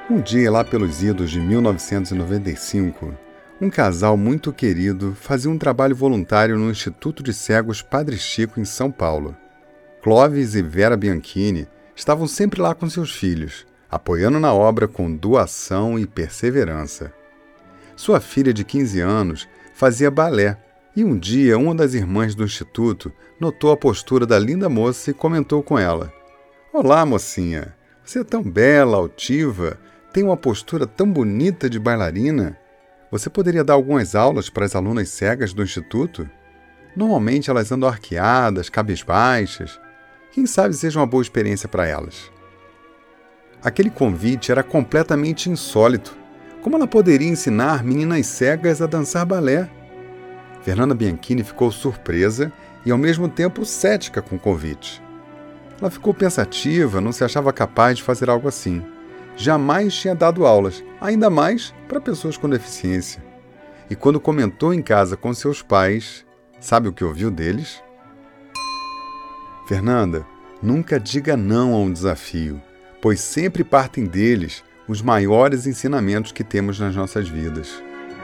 Um dia, lá pelos idos de 1995, um casal muito querido fazia um trabalho voluntário no Instituto de Cegos Padre Chico, em São Paulo. Clóvis e Vera Bianchini estavam sempre lá com seus filhos, apoiando na obra com doação e perseverança. Sua filha de 15 anos fazia balé e um dia uma das irmãs do instituto notou a postura da linda moça e comentou com ela: "Olá, mocinha, você é tão bela, altiva, tem uma postura tão bonita de bailarina. Você poderia dar algumas aulas para as alunas cegas do instituto? Normalmente elas andam arqueadas, cabisbaixas. Quem sabe seja uma boa experiência para elas." Aquele convite era completamente insólito. Como ela poderia ensinar meninas cegas a dançar balé? Fernanda Bianchini ficou surpresa e ao mesmo tempo cética com o convite. Ela ficou pensativa, não se achava capaz de fazer algo assim. Jamais tinha dado aulas, ainda mais para pessoas com deficiência. E quando comentou em casa com seus pais, sabe o que ouviu deles? "Fernanda, nunca diga não a um desafio, pois sempre partem deles os maiores ensinamentos que temos nas nossas vidas."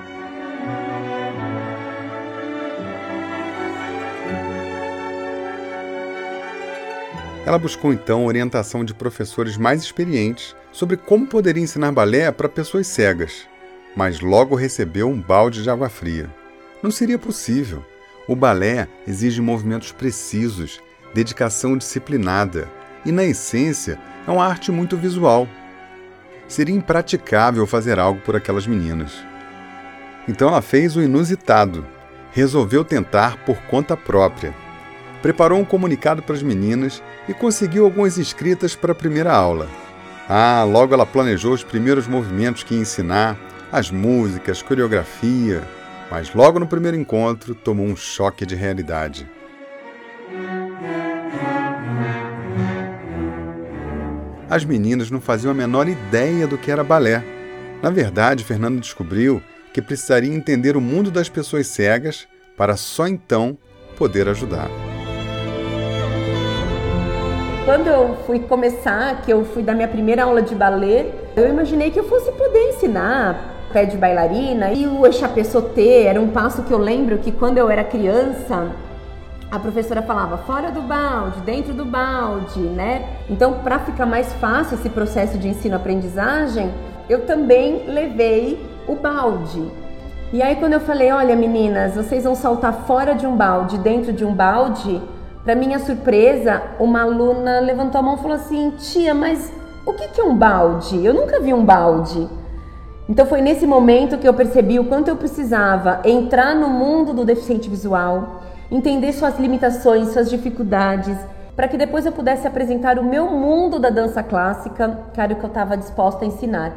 Ela buscou então orientação de professores mais experientes sobre como poderia ensinar balé para pessoas cegas, mas logo recebeu um balde de água fria. Não seria possível. O balé exige movimentos precisos, dedicação disciplinada e, na essência, é uma arte muito visual. Seria impraticável fazer algo por aquelas meninas. Então ela fez o inusitado. Resolveu tentar por conta própria. Preparou um comunicado para as meninas e conseguiu algumas inscritas para a primeira aula. Logo ela planejou os primeiros movimentos que ia ensinar, as músicas, coreografia, mas logo no primeiro encontro tomou um choque de realidade. As meninas não faziam a menor ideia do que era balé. Na verdade, Fernanda descobriu que precisaria entender o mundo das pessoas cegas para só então poder ajudar. Quando eu fui começar, que eu fui dar minha primeira aula de balé, eu imaginei que eu fosse poder ensinar pé de bailarina e o échappé sauté. Era um passo que eu lembro que quando eu era criança, a professora falava fora do balde, dentro do balde, né? Então, para ficar mais fácil esse processo de ensino-aprendizagem, eu também levei o balde. E aí quando eu falei, olha meninas, vocês vão saltar fora de um balde, dentro de um balde, para minha surpresa, uma aluna levantou a mão e falou assim: "Tia, mas o que é um balde? Eu nunca vi um balde." Então foi nesse momento que eu percebi o quanto eu precisava entrar no mundo do deficiente visual, entender suas limitações, suas dificuldades, para que depois eu pudesse apresentar o meu mundo da dança clássica, que era o que eu estava disposta a ensinar.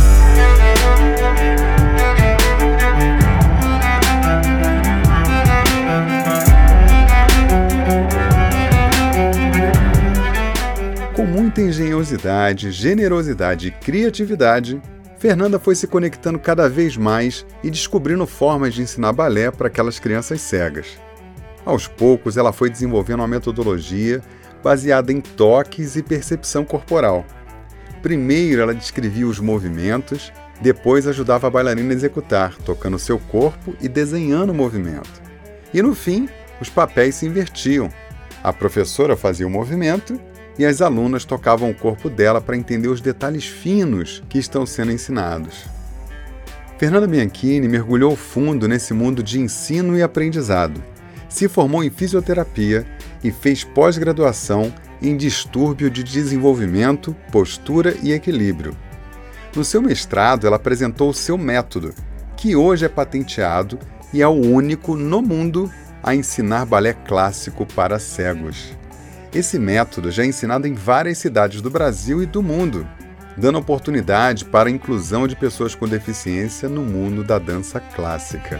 Com muita engenhosidade, generosidade e criatividade, Fernanda foi se conectando cada vez mais e descobrindo formas de ensinar balé para aquelas crianças cegas. Aos poucos, ela foi desenvolvendo uma metodologia baseada em toques e percepção corporal. Primeiro, ela descrevia os movimentos, depois ajudava a bailarina a executar, tocando seu corpo e desenhando o movimento. E no fim, os papéis se invertiam. A professora fazia o movimento e as alunas tocavam o corpo dela para entender os detalhes finos que estão sendo ensinados. Fernanda Bianchini mergulhou fundo nesse mundo de ensino e aprendizado, se formou em fisioterapia e fez pós-graduação em distúrbio de desenvolvimento, postura e equilíbrio. No seu mestrado, ela apresentou o seu método, que hoje é patenteado e é o único no mundo a ensinar balé clássico para cegos. Esse método já é ensinado em várias cidades do Brasil e do mundo, dando oportunidade para a inclusão de pessoas com deficiência no mundo da dança clássica.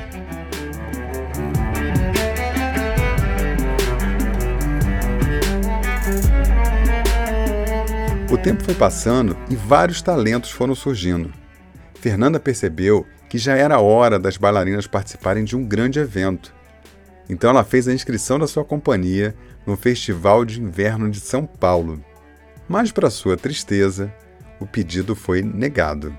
O tempo foi passando e vários talentos foram surgindo. Fernanda percebeu que já era hora das bailarinas participarem de um grande evento. Então ela fez a inscrição da sua companhia no Festival de Inverno de São Paulo. Mas, para sua tristeza, o pedido foi negado.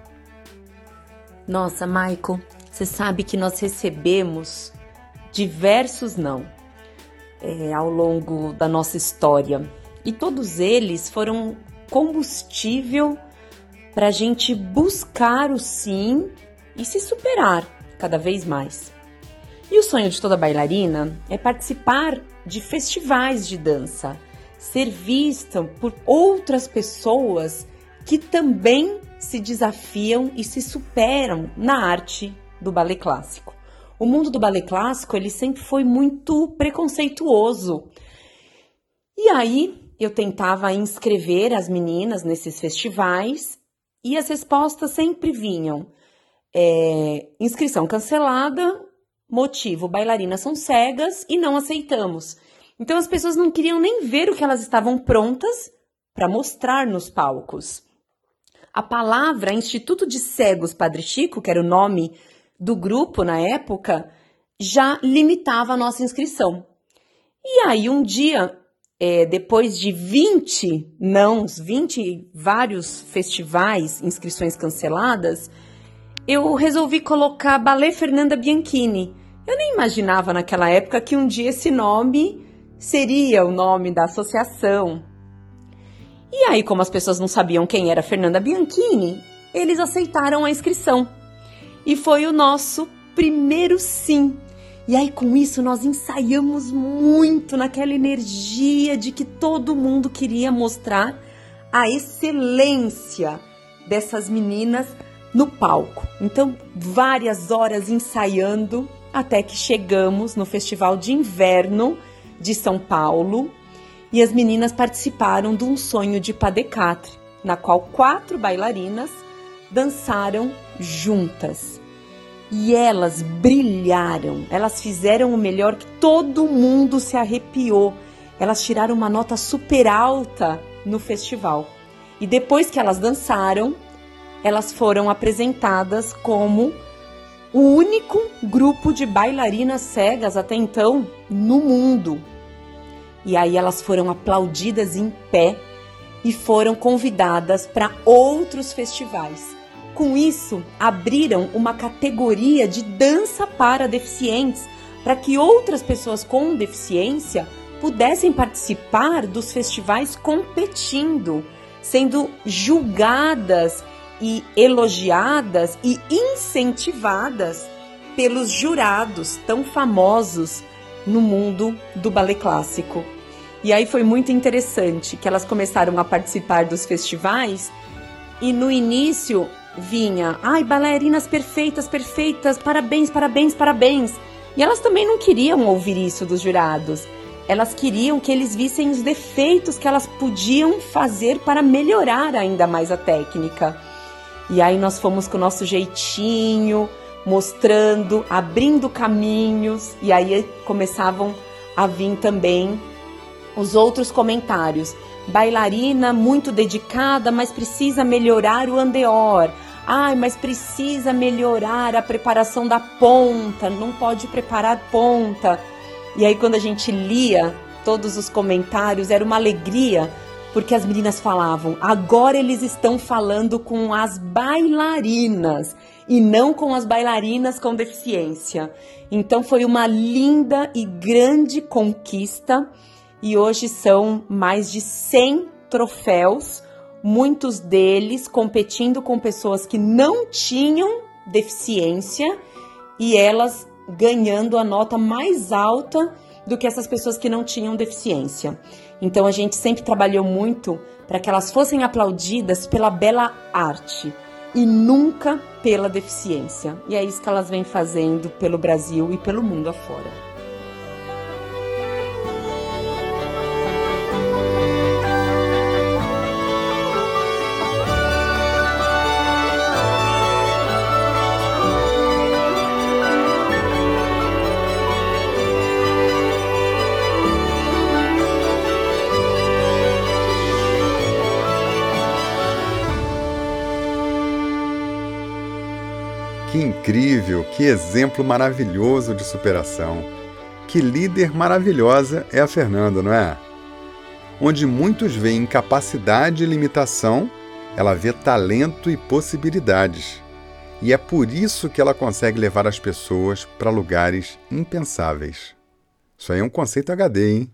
Nossa, Maico, você sabe que nós recebemos diversos não ao longo da nossa história. E todos eles foram combustível para a gente buscar o sim e se superar cada vez mais. E o sonho de toda bailarina é participar de festivais de dança, ser vista por outras pessoas que também se desafiam e se superam na arte do balé clássico. O mundo do balé clássico, ele sempre foi muito preconceituoso. E aí, eu tentava inscrever as meninas nesses festivais e as respostas sempre vinham: inscrição cancelada, motivo, bailarinas são cegas e não aceitamos. Então, as pessoas não queriam nem ver o que elas estavam prontas para mostrar nos palcos. A palavra Instituto de Cegos Padre Chico, que era o nome do grupo na época, já limitava a nossa inscrição. E aí um dia, depois de 20 vários festivais, inscrições canceladas, eu resolvi colocar Ballet Fernanda Bianchini. Eu nem imaginava naquela época que um dia esse nome seria o nome da associação. E aí, como as pessoas não sabiam quem era Fernanda Bianchini, eles aceitaram a inscrição. E foi o nosso primeiro sim. E aí, com isso, nós ensaiamos muito naquela energia de que todo mundo queria mostrar a excelência dessas meninas no palco. Então, várias horas ensaiando até que chegamos no Festival de Inverno de São Paulo e as meninas participaram de um sonho de pas de quatre, na qual 4 bailarinas dançaram juntas. E elas brilharam, elas fizeram o melhor, que todo mundo se arrepiou. Elas tiraram uma nota super alta no festival. E depois que elas dançaram, elas foram apresentadas como o único grupo de bailarinas cegas até então no mundo. E aí elas foram aplaudidas em pé e foram convidadas para outros festivais. Com isso, abriram uma categoria de dança para deficientes, para que outras pessoas com deficiência pudessem participar dos festivais competindo, sendo julgadas e elogiadas e incentivadas pelos jurados tão famosos no mundo do balé clássico. E aí foi muito interessante que elas começaram a participar dos festivais e no início vinha, bailarinas perfeitas, perfeitas, parabéns, parabéns, parabéns. E elas também não queriam ouvir isso dos jurados. Elas queriam que eles vissem os defeitos que elas podiam fazer para melhorar ainda mais a técnica. E aí nós fomos com o nosso jeitinho, mostrando, abrindo caminhos, e aí começavam a vir também os outros comentários. Bailarina muito dedicada, mas precisa melhorar o andeor. Mas precisa melhorar a preparação da ponta, não pode preparar ponta. E aí quando a gente lia todos os comentários, era uma alegria, porque as meninas falavam, agora eles estão falando com as bailarinas e não com as bailarinas com deficiência. Então foi uma linda e grande conquista e hoje são mais de 100 troféus, muitos deles competindo com pessoas que não tinham deficiência e elas ganhando a nota mais alta do que essas pessoas que não tinham deficiência. Então a gente sempre trabalhou muito para que elas fossem aplaudidas pela bela arte e nunca pela deficiência. E é isso que elas vêm fazendo pelo Brasil e pelo mundo afora. Que incrível, que exemplo maravilhoso de superação. Que líder maravilhosa é a Fernanda, não é? Onde muitos veem incapacidade e limitação, Ela vê talento e possibilidades. E é por isso que ela consegue levar as pessoas para lugares impensáveis. Isso aí é um conceito HD, hein?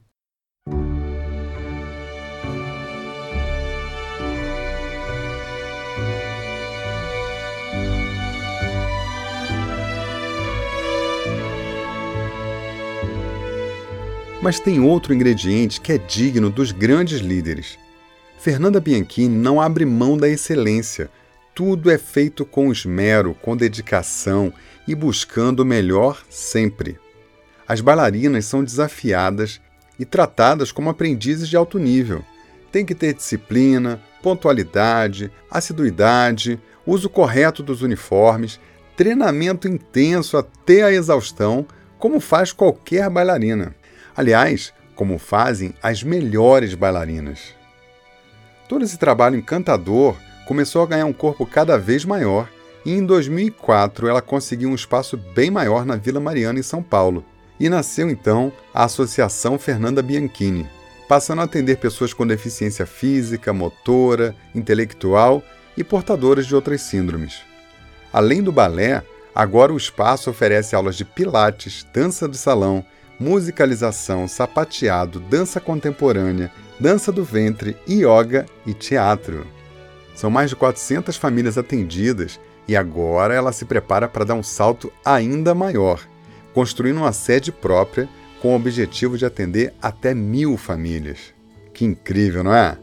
Mas tem outro ingrediente que é digno dos grandes líderes. Fernanda Bianchini não abre mão da excelência. Tudo é feito com esmero, com dedicação e buscando o melhor sempre. As bailarinas são desafiadas e tratadas como aprendizes de alto nível. Tem que ter disciplina, pontualidade, assiduidade, uso correto dos uniformes, treinamento intenso até a exaustão, como faz qualquer bailarina. Aliás, como fazem as melhores bailarinas. Todo esse trabalho encantador começou a ganhar um corpo cada vez maior e em 2004 ela conseguiu um espaço bem maior na Vila Mariana, em São Paulo. E nasceu então a Associação Fernanda Bianchini, passando a atender pessoas com deficiência física, motora, intelectual e portadoras de outras síndromes. Além do balé, agora o espaço oferece aulas de pilates, dança de salão, musicalização, sapateado, dança contemporânea, dança do ventre, yoga e teatro. São mais de 400 famílias atendidas e agora ela se prepara para dar um salto ainda maior, construindo uma sede própria com o objetivo de atender até 1.000 famílias. Que incrível, não é?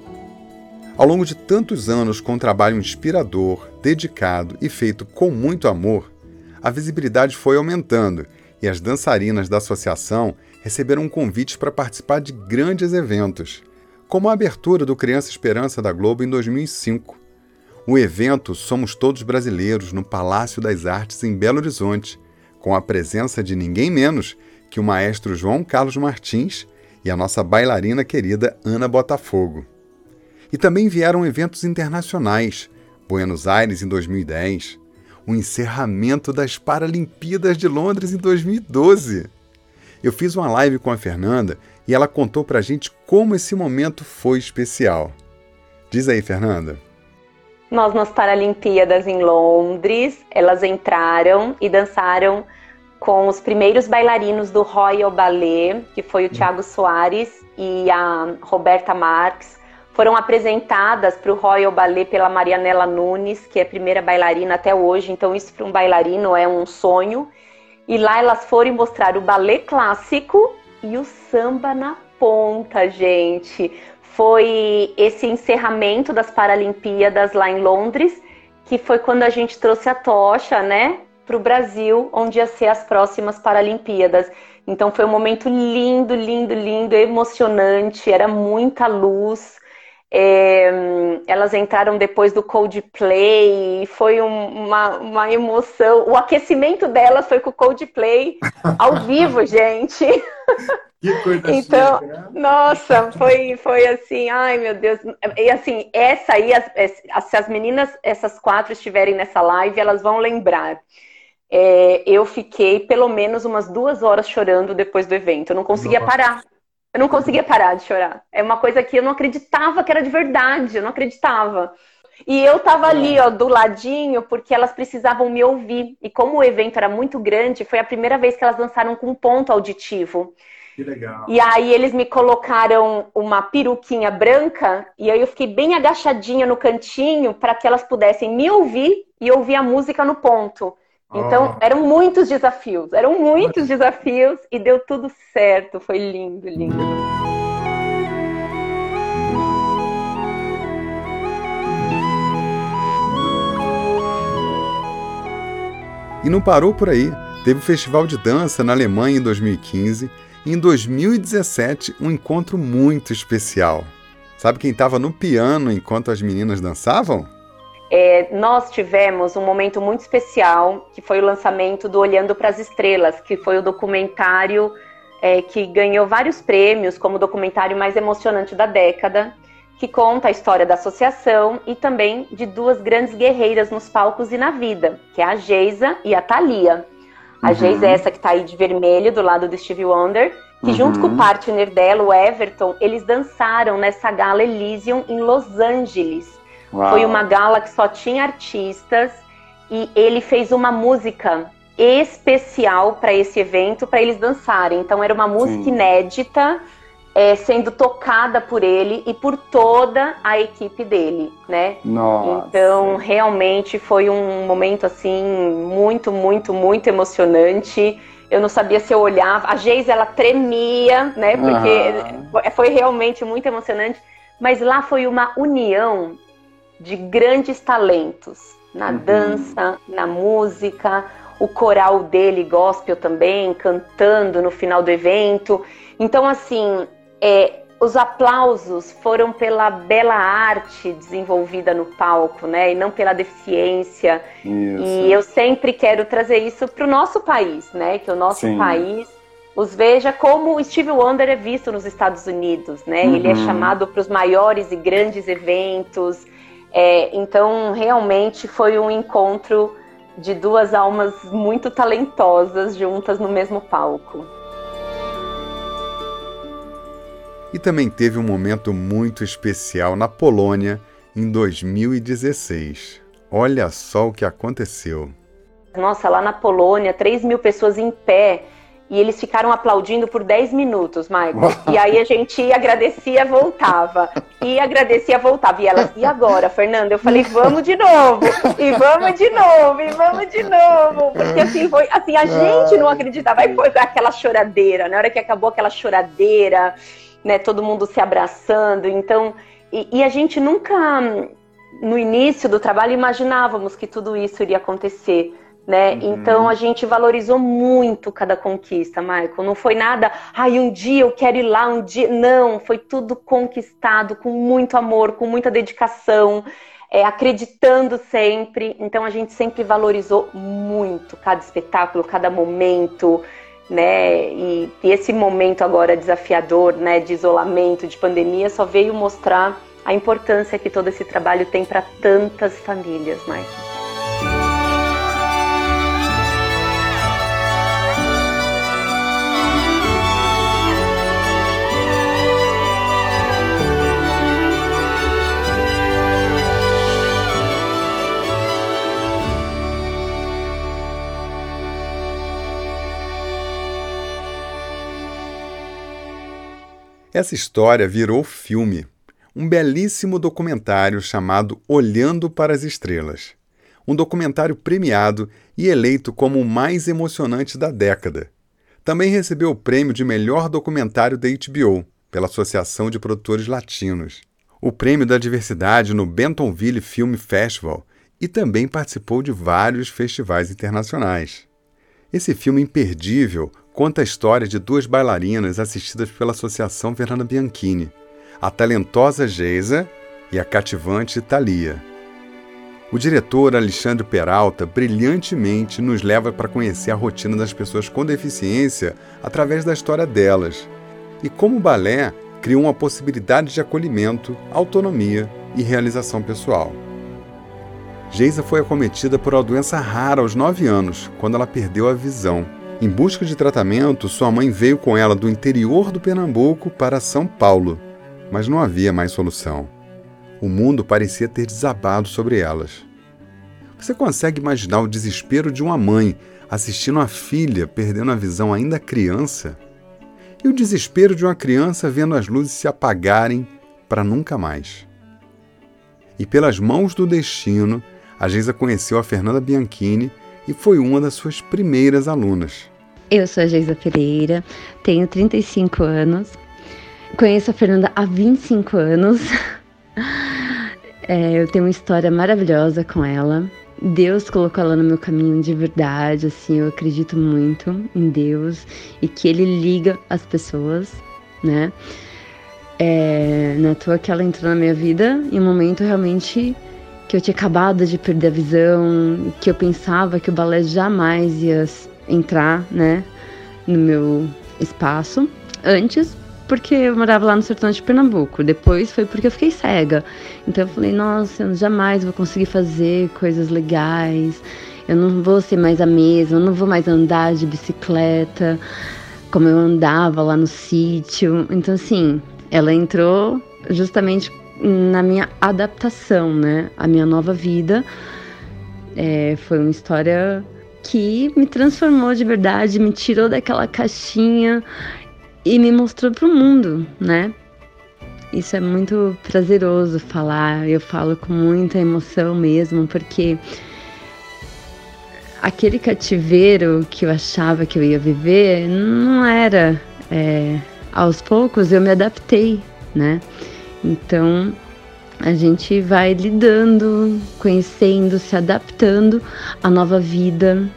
Ao longo de tantos anos com um trabalho inspirador, dedicado e feito com muito amor, a visibilidade foi aumentando e as dançarinas da associação receberam convites para participar de grandes eventos, como a abertura do Criança Esperança da Globo em 2005. O evento Somos Todos Brasileiros, no Palácio das Artes, em Belo Horizonte, com a presença de ninguém menos que o maestro João Carlos Martins e a nossa bailarina querida Ana Botafogo. E também vieram eventos internacionais, Buenos Aires em 2010, o encerramento das Paralimpíadas de Londres em 2012. Eu fiz uma live com a Fernanda e ela contou pra gente como esse momento foi especial. Diz aí, Fernanda. Nós nas Paralimpíadas em Londres, elas entraram e dançaram com os primeiros bailarinos do Royal Ballet, que foi o Thiago Soares e a Roberta Marques. Foram apresentadas para o Royal Ballet pela Marianela Nunes, que é a primeira bailarina até hoje, então isso para um bailarino é um sonho. E lá elas foram mostrar o ballet clássico e o samba na ponta, gente. Foi esse encerramento das Paralimpíadas lá em Londres, que foi quando a gente trouxe a tocha, né, para o Brasil, onde ia ser as próximas Paralimpíadas. Então foi um momento lindo, lindo, lindo, emocionante, era muita luz. Elas entraram depois do Coldplay, foi uma emoção. O aquecimento delas foi com o Coldplay ao vivo, gente. Que coisa então, chique, né? Nossa, foi assim, ai meu Deus. E assim, essa aí, se as meninas, essas 4 estiverem nessa live, elas vão lembrar. Eu fiquei pelo menos umas 2 horas chorando depois do evento, eu não conseguia parar. Eu não conseguia parar de chorar. É uma coisa que eu não acreditava que era de verdade. Eu não acreditava. E eu tava ali, ó, do ladinho, porque elas precisavam me ouvir. E como o evento era muito grande, foi a primeira vez que elas dançaram com ponto auditivo. Que legal. E aí eles me colocaram uma peruquinha branca. E aí eu fiquei bem agachadinha no cantinho para que elas pudessem me ouvir e ouvir a música no ponto. Então, eram muitos desafios e deu tudo certo, foi lindo, lindo. E não parou por aí, teve o Festival de Dança na Alemanha em 2015 e em 2017 um encontro muito especial. Sabe quem estava no piano enquanto as meninas dançavam? Nós tivemos um momento muito especial, que foi o lançamento do Olhando para as Estrelas, que foi o documentário que ganhou vários prêmios como o documentário mais emocionante da década, que conta a história da associação e também de 2 grandes guerreiras nos palcos e na vida, que é a Geisa e a Thalia. A Geisa é essa que está aí de vermelho, do lado do Stevie Wonder, que junto com o partner dela, o Everton, eles dançaram nessa Gala Elysium em Los Angeles. Uau. Foi uma gala que só tinha artistas e ele fez uma música especial para esse evento, para eles dançarem. Então era uma música inédita, sendo tocada por ele e por toda a equipe dele, né? Nossa. Então realmente foi um momento assim muito, muito, muito emocionante. Eu não sabia se eu olhava, a Geisa ela tremia, né? Porque foi realmente muito emocionante. Mas lá foi uma união de grandes talentos na dança, na música, o coral dele, gospel também, cantando no final do evento. Então, assim, os aplausos foram pela bela arte desenvolvida no palco, né? E não pela deficiência. Isso. E eu sempre quero trazer isso para o nosso país, né? Que o nosso país os veja como o Stevie Wonder é visto nos Estados Unidos, né? Ele é chamado para os maiores e grandes eventos. Então, realmente foi um encontro de duas almas muito talentosas juntas no mesmo palco. E também teve um momento muito especial na Polônia em 2016. Olha só o que aconteceu. Nossa, lá na Polônia, 3.000 pessoas em pé. E eles ficaram aplaudindo por 10 minutos, Michael. E aí a gente agradecia, voltava. E agradecia, voltava. E elas, e agora, Fernanda? Eu falei, vamos de novo. E vamos de novo, e vamos de novo. Porque assim, foi, assim, a gente não acreditava. Aí foi aquela choradeira. Na hora que acabou aquela choradeira, né, todo mundo se abraçando. Então, e a gente nunca, no início do trabalho, imaginávamos que tudo isso iria acontecer. Né? Então a gente valorizou muito cada conquista, Michael. Não foi nada, um dia eu quero ir lá, um dia. Não, foi tudo conquistado com muito amor, com muita dedicação, acreditando sempre. Então a gente sempre valorizou muito cada espetáculo, cada momento, né? E esse momento agora desafiador, né, de isolamento, de pandemia, só veio mostrar a importância que todo esse trabalho tem para tantas famílias, Michael. Essa história virou filme, um belíssimo documentário chamado Olhando para as Estrelas. Um documentário premiado e eleito como o mais emocionante da década. Também recebeu o prêmio de melhor documentário da HBO, pela Associação de Produtores Latinos. O prêmio da diversidade no Bentonville Film Festival e também participou de vários festivais internacionais. Esse filme imperdível conta a história de duas bailarinas assistidas pela Associação Fernanda Bianchini, a talentosa Geisa e a cativante Thalia. O diretor Alexandre Peralta brilhantemente nos leva para conhecer a rotina das pessoas com deficiência através da história delas e como o balé criou uma possibilidade de acolhimento, autonomia e realização pessoal. Geisa foi acometida por uma doença rara aos 9 anos, quando ela perdeu a visão. Em busca de tratamento, sua mãe veio com ela do interior do Pernambuco para São Paulo, mas não havia mais solução. O mundo parecia ter desabado sobre elas. Você consegue imaginar o desespero de uma mãe assistindo a filha perdendo a visão ainda criança? E o desespero de uma criança vendo as luzes se apagarem para nunca mais. E pelas mãos do destino, a Geisa conheceu a Fernanda Bianchini e foi uma das suas primeiras alunas. Eu sou a Geisa Pereira, tenho 35 anos, conheço a Fernanda há 25 anos. Eu tenho uma história maravilhosa com ela. Deus colocou ela no meu caminho de verdade, assim, eu acredito muito em Deus e que Ele liga as pessoas, né? Não é à toa que ela entrou na minha vida em um momento realmente que eu tinha acabado de perder a visão, que eu pensava que o balé jamais ia entrar, né, no meu espaço. Antes, porque eu morava lá no sertão de Pernambuco. Depois foi porque eu fiquei cega. Então eu falei, nossa, eu jamais vou conseguir fazer coisas legais. Eu não vou ser mais a mesma, eu não vou mais andar de bicicleta como eu andava lá no sítio. Então, assim, ela entrou justamente na minha adaptação, né? A minha nova vida. Foi uma história que me transformou de verdade, me tirou daquela caixinha e me mostrou para o mundo, né? Isso é muito prazeroso falar, eu falo com muita emoção mesmo, porque aquele cativeiro que eu achava que eu ia viver não era. Aos poucos eu me adaptei, né? Então a gente vai lidando, conhecendo, se adaptando à nova vida.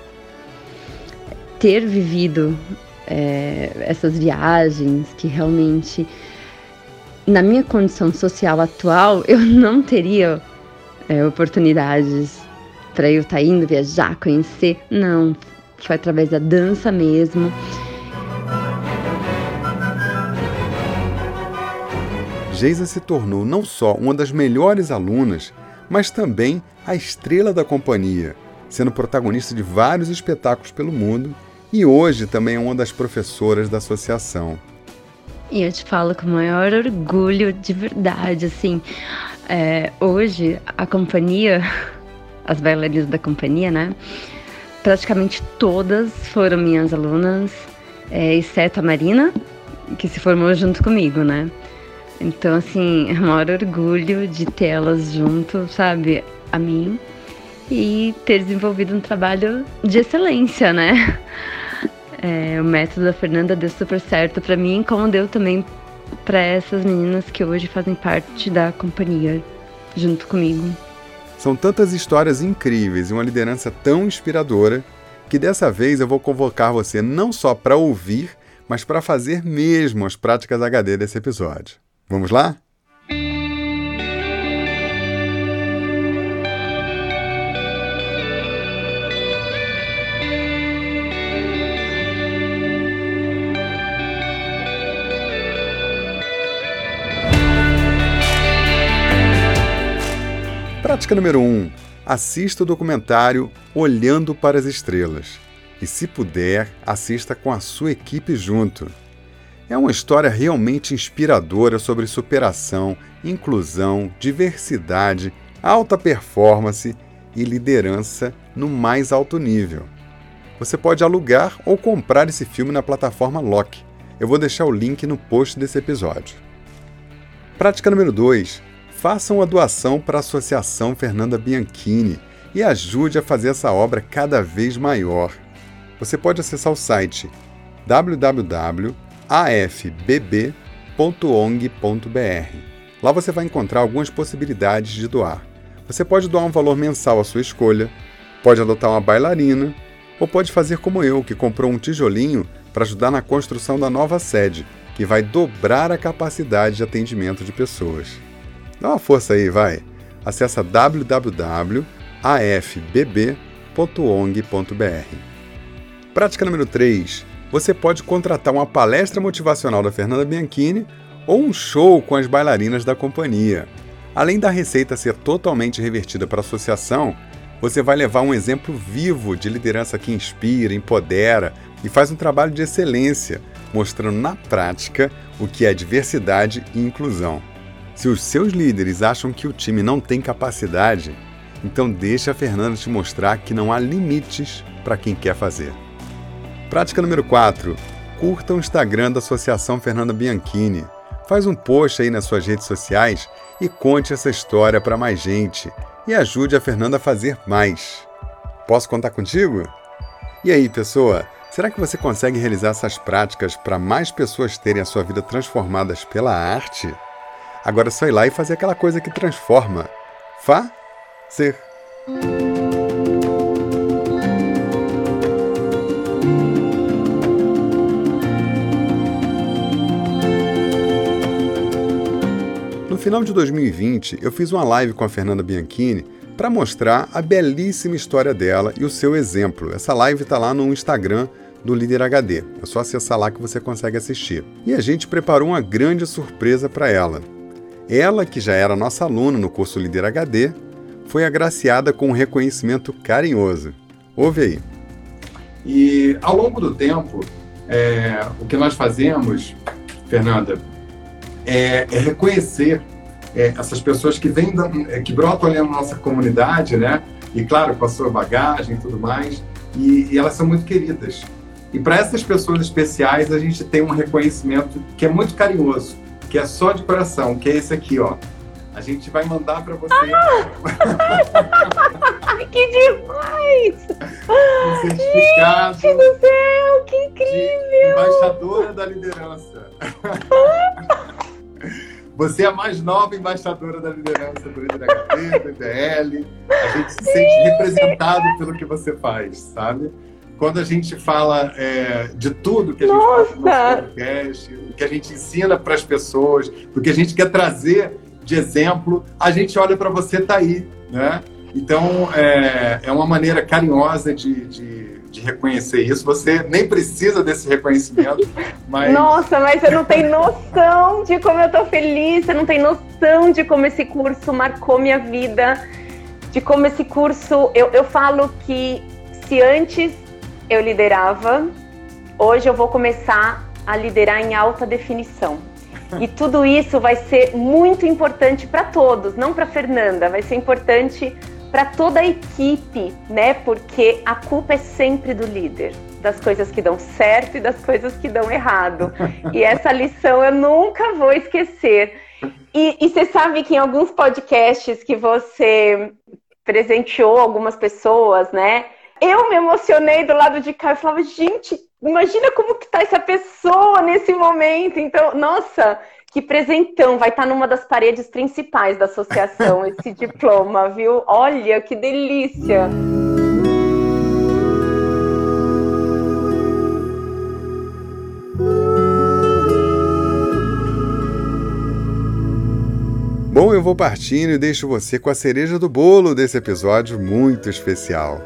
Ter vivido essas viagens que realmente, na minha condição social atual, eu não teria oportunidades para eu estar indo viajar, conhecer. Não, foi através da dança mesmo. Geisa se tornou não só uma das melhores alunas, mas também a estrela da companhia, sendo protagonista de vários espetáculos pelo mundo e hoje também é uma das professoras da associação. E eu te falo com o maior orgulho, de verdade, assim, hoje a companhia, as bailarinas da companhia, né, praticamente todas foram minhas alunas, exceto a Marina, que se formou junto comigo, né. Então, assim, é o maior orgulho de tê-las junto, sabe, a mim, e ter desenvolvido um trabalho de excelência, né. O método da Fernanda deu super certo pra mim, como deu também pra essas meninas que hoje fazem parte da companhia, junto comigo. São tantas histórias incríveis e uma liderança tão inspiradora que dessa vez eu vou convocar você não só para ouvir, mas para fazer mesmo as práticas HD desse episódio. Vamos lá? Prática número 1. Assista o documentário Olhando para as Estrelas. E, se puder, assista com a sua equipe junto. É uma história realmente inspiradora sobre superação, inclusão, diversidade, alta performance e liderança no mais alto nível. Você pode alugar ou comprar esse filme na plataforma Loki. Eu vou deixar o link no post desse episódio. Prática número 2. Faça uma doação para a Associação Fernanda Bianchini e ajude a fazer essa obra cada vez maior. Você pode acessar o site www.afbb.ong.br. Lá você vai encontrar algumas possibilidades de doar. Você pode doar um valor mensal à sua escolha, pode adotar uma bailarina, ou pode fazer como eu, que comprou um tijolinho para ajudar na construção da nova sede, que vai dobrar a capacidade de atendimento de pessoas. Dá uma força aí, vai! Acesse www.afbb.ong.br. Prática número 3. Você pode contratar uma palestra motivacional da Fernanda Bianchini ou um show com as bailarinas da companhia. Além da receita ser totalmente revertida para a associação, você vai levar um exemplo vivo de liderança que inspira, empodera e faz um trabalho de excelência, mostrando na prática o que é diversidade e inclusão. Se os seus líderes acham que o time não tem capacidade, então deixa a Fernanda te mostrar que não há limites para quem quer fazer. Prática número 4. Curta o Instagram da Associação Fernanda Bianchini. Faz um post aí nas suas redes sociais e conte essa história para mais gente. E ajude a Fernanda a fazer mais. Posso contar contigo? E aí, pessoa? Será que você consegue realizar essas práticas para mais pessoas terem a sua vida transformadas pela arte? Agora é só ir lá e fazer aquela coisa que transforma. Fazer. No final de 2020, eu fiz uma live com a Fernanda Bianchini para mostrar a belíssima história dela e o seu exemplo. Essa live está lá no Instagram do Líder HD. É só acessar lá que você consegue assistir. E a gente preparou uma grande surpresa para ela. Ela, que já era nossa aluna no curso Líder HD, foi agraciada com um reconhecimento carinhoso. Ouve aí. E ao longo do tempo, o que nós fazemos, Fernanda, é reconhecer essas pessoas que vêm, que brotam ali na nossa comunidade, né? E claro, com a sua bagagem e tudo mais, e elas são muito queridas. E para essas pessoas especiais, a gente tem um reconhecimento que é muito carinhoso, que é só de coração, que é esse aqui, ó. A gente vai mandar para você. Que demais! Um certificado. Gente do céu, que incrível! Embaixadora da liderança. Você é a mais nova embaixadora da liderança do Líder HD, do IDL. A gente se sente representado pelo que você faz, sabe? Quando a gente fala de tudo que a gente faz no nosso podcast, o que a gente ensina para as pessoas, o que a gente quer trazer de exemplo, a gente olha para você, tá aí, né? Então, é uma maneira carinhosa de reconhecer isso. Você nem precisa desse reconhecimento, mas... Nossa, mas você não tem noção de como eu tô feliz, você não tem noção de como esse curso marcou minha vida, de como esse curso... Eu falo que se antes eu liderava, hoje eu vou começar a liderar em alta definição. E tudo isso vai ser muito importante para todos, não para Fernanda, vai ser importante para toda a equipe, né? Porque a culpa é sempre do líder, das coisas que dão certo e das coisas que dão errado. E essa lição eu nunca vou esquecer. E você sabe que em alguns podcasts que você presenteou algumas pessoas, né? Eu me emocionei do lado de cá, eu falava, gente, imagina como que tá essa pessoa nesse momento. Então, nossa, que presentão, vai estar numa das paredes principais da associação, esse diploma, viu? Olha, que delícia! Bom, eu vou partindo e deixo você com a cereja do bolo desse episódio muito especial.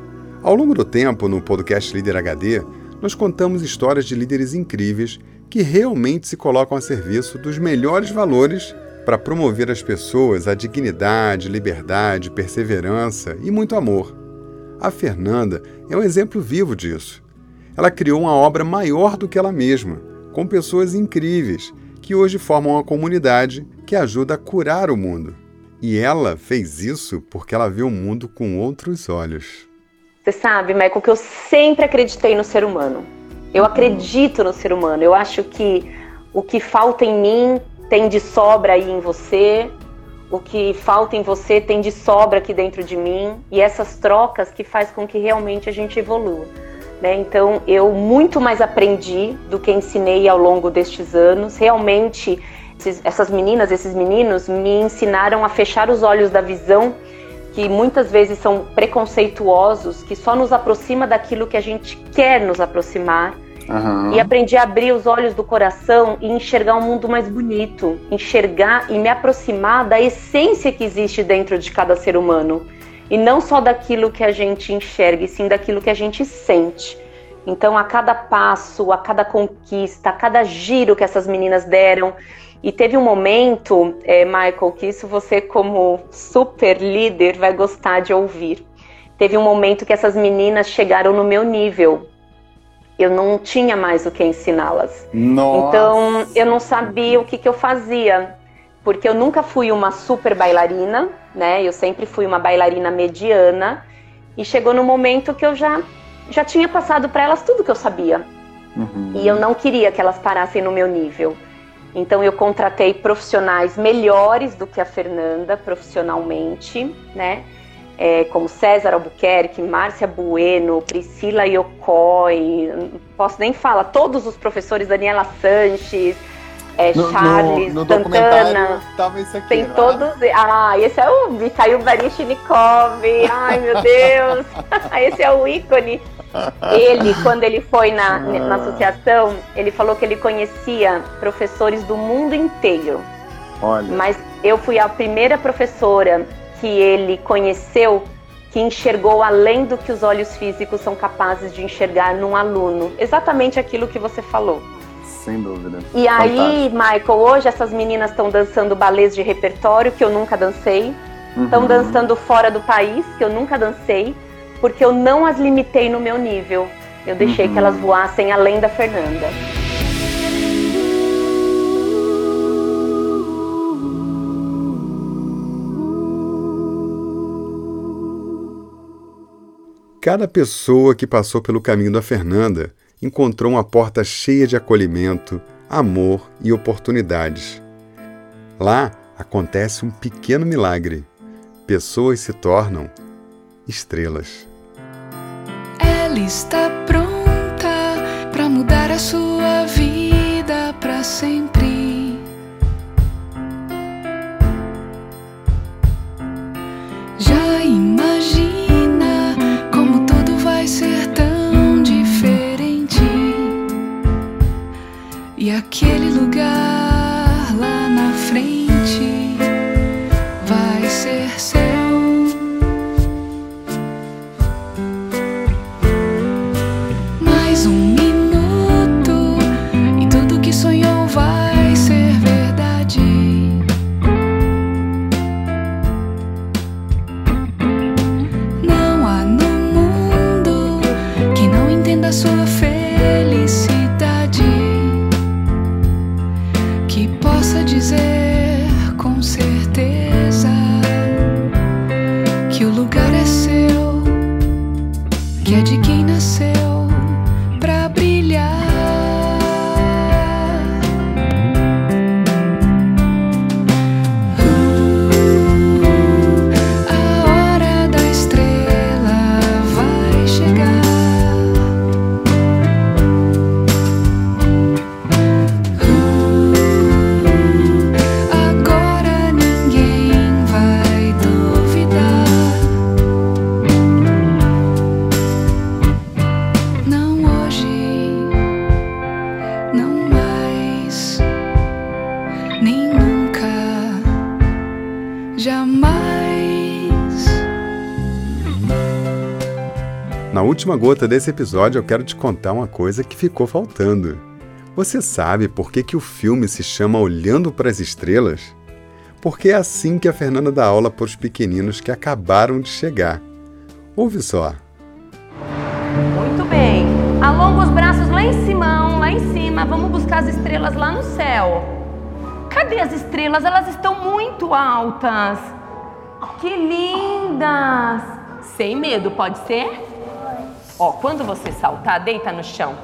Ao longo do tempo, no podcast Líder HD, nós contamos histórias de líderes incríveis que realmente se colocam a serviço dos melhores valores para promover às pessoas a dignidade, liberdade, perseverança e muito amor. A Fernanda é um exemplo vivo disso. Ela criou uma obra maior do que ela mesma, com pessoas incríveis, que hoje formam uma comunidade que ajuda a curar o mundo. E ela fez isso porque ela vê o mundo com outros olhos. Você sabe, Michael, que eu sempre acreditei no ser humano. Eu acredito no ser humano. Eu acho que o que falta em mim tem de sobra aí em você. O que falta em você tem de sobra aqui dentro de mim. E essas trocas que faz com que realmente a gente evolua, né? Então, eu muito mais aprendi do que ensinei ao longo destes anos. Realmente, essas meninas, esses meninos me ensinaram a fechar os olhos da visão que muitas vezes são preconceituosos, que só nos aproxima daquilo que a gente quer nos aproximar. E aprendi a abrir os olhos do coração e enxergar um mundo mais bonito, enxergar e me aproximar da essência que existe dentro de cada ser humano. E não só daquilo que a gente enxerga, e sim daquilo que a gente sente. Então, a cada passo, a cada conquista, a cada giro que essas meninas deram. E teve um momento, Michael, que isso você como super líder vai gostar de ouvir. Teve um momento que essas meninas chegaram no meu nível. Eu não tinha mais o que ensiná-las. Nossa. Então, eu não sabia o que eu fazia. Porque eu nunca fui uma super bailarina, né? Eu sempre fui uma bailarina mediana. E chegou no momento que eu já tinha passado para elas tudo que eu sabia. E eu não queria que elas parassem no meu nível. Então eu contratei profissionais melhores do que a Fernanda profissionalmente, né? Como César Albuquerque, Márcia Bueno, Priscila Yokoi, não posso nem falar, todos os professores, Daniela Sanches, Charles, no Santana, tava isso aqui, tem todos. Esse é o Mikhail Baryshnikov, ai meu Deus, esse é o ícone. Ele, quando ele foi na associação, ele falou que ele conhecia professores do mundo inteiro. Olha. Mas eu fui a primeira professora que ele conheceu que enxergou além do que os olhos físicos são capazes de enxergar num aluno. Exatamente aquilo que você falou. Sem dúvida. E aí, Michael, hoje essas meninas estão dançando balés de repertório que eu nunca dancei. Estão dançando fora do país, que eu nunca dancei. Porque eu não as limitei no meu nível. Eu deixei que elas voassem além da Fernanda. cada pessoa que passou pelo caminho da Fernanda encontrou uma porta cheia de acolhimento, amor e oportunidades. Lá acontece um pequeno milagre. Pessoas se tornam estrelas. Ela está pronta para mudar a sua vida para sempre. Já imagina como tudo vai ser tão diferente. E aquele lugar lá na frente vai ser seu. Mais um minuto e tudo que sonhou vai ser verdade. Não há no mundo que não entenda a sua felicidade, que possa dizer com certeza que o lugar é seu, que é de quem nasceu pra brilhar. A hora da estrela vai chegar. Agora ninguém vai duvidar. Não hoje, não mais, nem nunca, jamais. Na última gota desse episódio, eu quero te contar uma coisa que ficou faltando. Você sabe por que o filme se chama Olhando para as Estrelas? Porque é assim que a Fernanda dá aula para os pequeninos que acabaram de chegar. Ouve só. Muito bem. Alonga os braços lá em cima. Vamos buscar as estrelas lá no céu. Cadê as estrelas? Elas estão muito altas. Que lindas! Sem medo, pode ser? Ó, quando você saltar, deita no chão.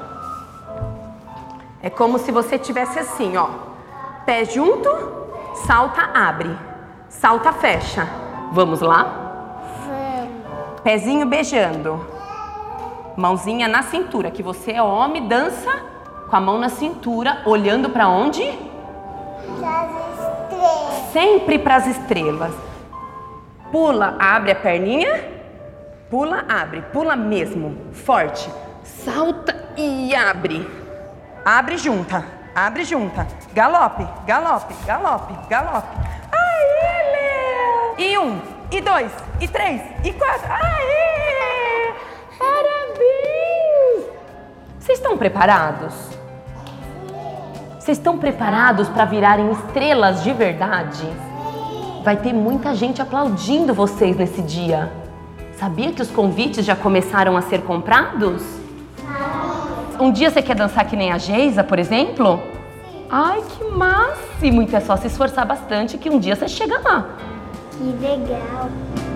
É como se você tivesse assim, ó. Pé junto, salta, abre. Salta, fecha. Vamos lá? Vamos. Pezinho beijando. Mãozinha na cintura, que você é homem, dança com a mão na cintura, olhando para onde? Das estrelas. Sempre para as estrelas. Pula, abre a perninha. Pula, abre. Pula mesmo, forte. Salta e abre. Abre junta. Abre junta. Galope, galope, galope, galope. Aê, Léo! E 1, e 2, e 3, e 4. Aê! Parabéns! Vocês estão preparados? Vocês estão preparados para virarem estrelas de verdade? Vai ter muita gente aplaudindo vocês nesse dia. Sabia que os convites já começaram a ser comprados? Um dia você quer dançar que nem a Geisa, por exemplo? Ai, que máximo! Então é só se esforçar bastante que um dia você chega lá. Que legal.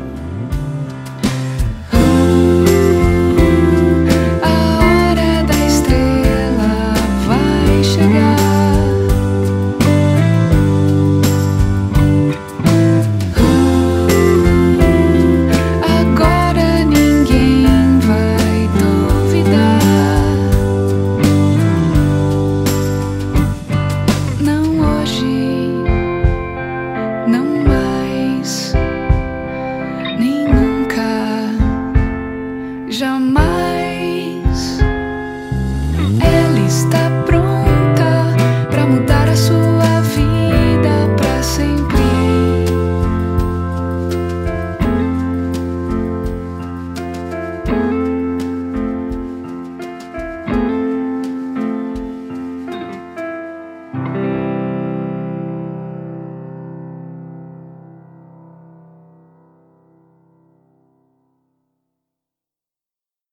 A hora da estrela vai chegar. Agora ninguém vai duvidar. Não hoje, não mais, nem nunca, jamais.